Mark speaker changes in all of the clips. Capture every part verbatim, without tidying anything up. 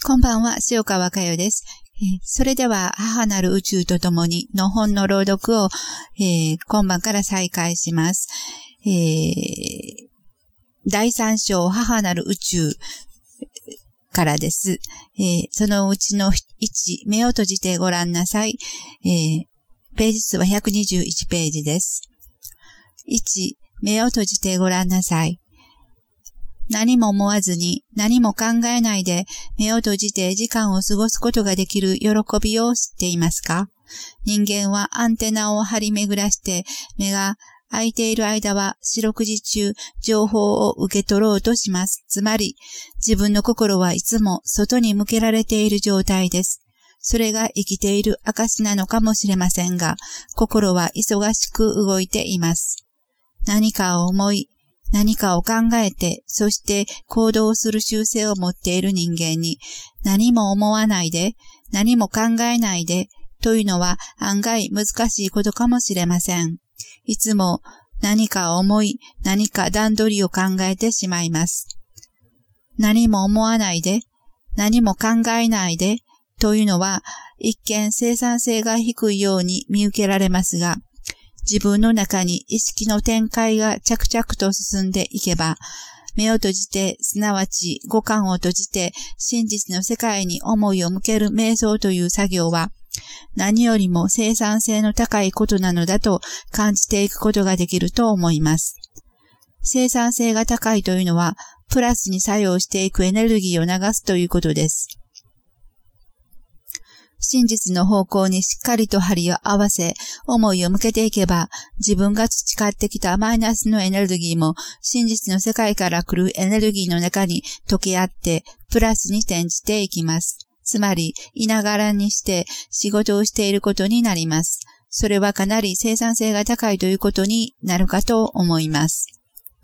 Speaker 1: こんばんは、塩川佳代です。えー、それでは、母なる宇宙とともにの本の朗読を、えー、今晩から再開します。えー、だいさん章、母なる宇宙からです。えー、そのうちのいち、目を閉じてごらんなさい。えー、ページ数はひゃくにじゅういちページです。いち、目を閉じてごらんなさい。何も思わずに、何も考えないで、目を閉じて時間を過ごすことができる喜びを知っていますか？人間はアンテナを張り巡らして、目が開いている間は四六時中、情報を受け取ろうとします。つまり、自分の心はいつも外に向けられている状態です。それが生きている証なのかもしれませんが、心は忙しく動いています。何かを思い、何かを考えて、そして行動する習性を持っている人間に、何も思わないで、何も考えないで、というのは案外難しいことかもしれません。いつも何か思い、何か段取りを考えてしまいます。何も思わないで、何も考えないで、というのは一見生産性が低いように見受けられますが、自分の中に意識の展開が着々と進んでいけば、目を閉じて、すなわち五感を閉じて、真実の世界に思いを向ける瞑想という作業は、何よりも生産性の高いことなのだと感じていくことができると思います。生産性が高いというのは、プラスに作用していくエネルギーを流すということです。真実の方向にしっかりと針を合わせ、思いを向けていけば、自分が培ってきたマイナスのエネルギーも、真実の世界から来るエネルギーの中に溶け合って、プラスに転じていきます。つまり、いながらにして仕事をしていることになります。それはかなり生産性が高いということになるかと思います。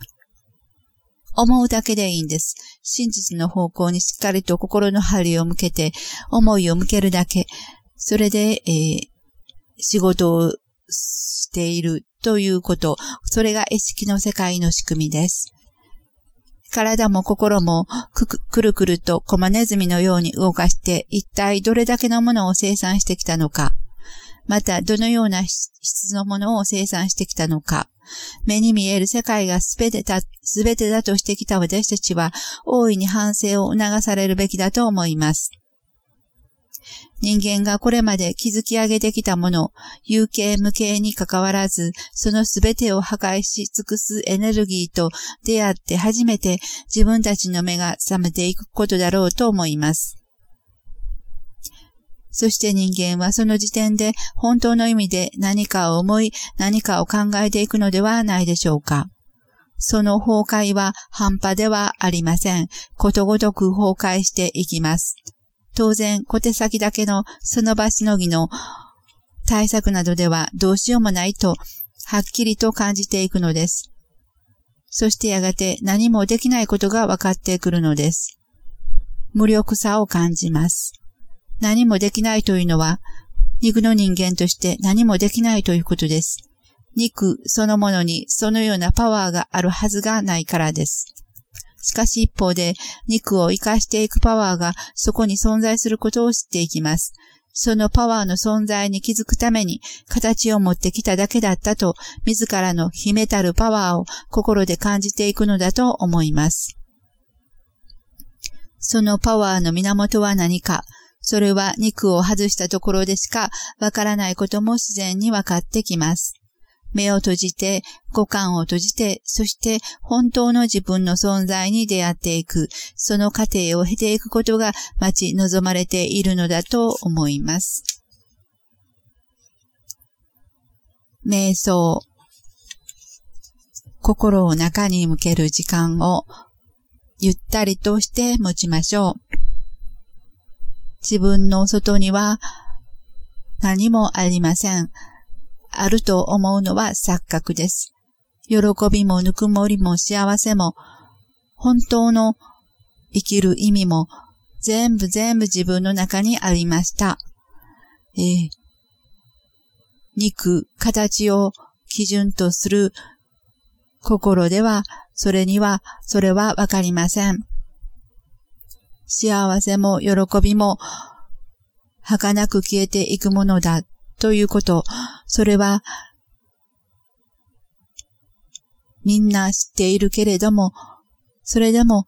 Speaker 1: 思うだけでいいんです。真実の方向にしっかりと心の針を向けて、思いを向けるだけ。それで、えー、仕事をしているということ。それが意識の世界の仕組みです。体も心もく, くるくるとコマネズミのように動かして、一体どれだけのものを生産してきたのか。また、どのような質のものを生産してきたのか。目に見える世界がすべてだ、すべてだとしてきた私たちは、大いに反省を促されるべきだと思います。人間がこれまで築き上げてきたもの、有形無形に関わらず、そのすべてを破壊し尽くすエネルギーと出会って初めて自分たちの目が覚めていくことだろうと思います。そして人間はその時点で本当の意味で何かを思い、何かを考えていくのではないでしょうか。その崩壊は半端ではありません。ことごとく崩壊していきます。当然、小手先だけのその場しのぎの対策などではどうしようもないと、はっきりと感じていくのです。そしてやがて何もできないことが分かってくるのです。無力さを感じます。何もできないというのは、肉の人間として何もできないということです。肉そのものにそのようなパワーがあるはずがないからです。しかし一方で、肉を生かしていくパワーがそこに存在することを知っていきます。そのパワーの存在に気づくために形を持ってきただけだったと、自らの秘めたるパワーを心で感じていくのだと思います。そのパワーの源は何か、それは肉を外したところでしかわからないことも自然にわかってきます。目を閉じて、五感を閉じて、そして本当の自分の存在に出会っていく、その過程を経ていくことが待ち望まれているのだと思います。瞑想。心を中に向ける時間をゆったりとして持ちましょう。自分の外には何もありません。あると思うのは錯覚です。喜びもぬくもりも幸せも、本当の生きる意味も全部全部自分の中にありました。えー、肉、形を基準とする心では、それには、それはわかりません。 幸せも喜びも儚く消えていくものだということ、それはみんな知っているけれども、それでも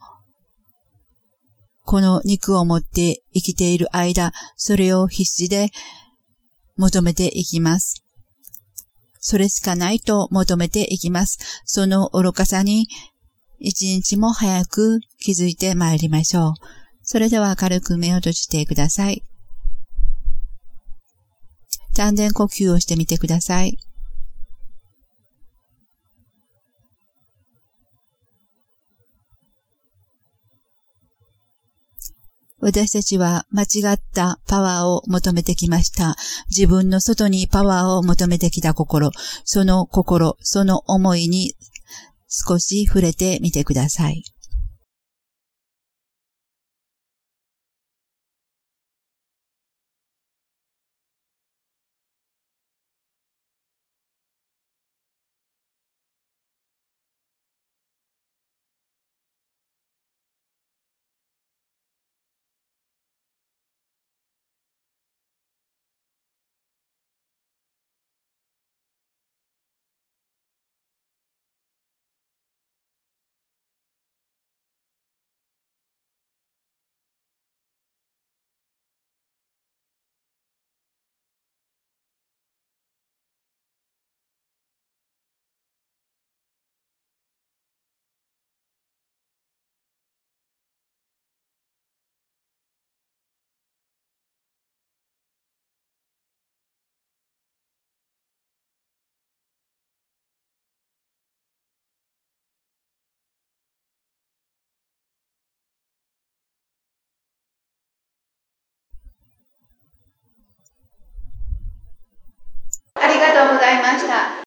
Speaker 1: この肉を持って生きている間、それを必死で求めていきます。それしかないと求めていきます。その愚かさに一日も早く気づいてまいりましょう。それでは軽く目を閉じてください。丹田呼吸をしてみてください。私たちは間違ったパワーを求めてきました。自分の外にパワーを求めてきた心、その心、その思いに少し触れてみてください。ありがとうございました。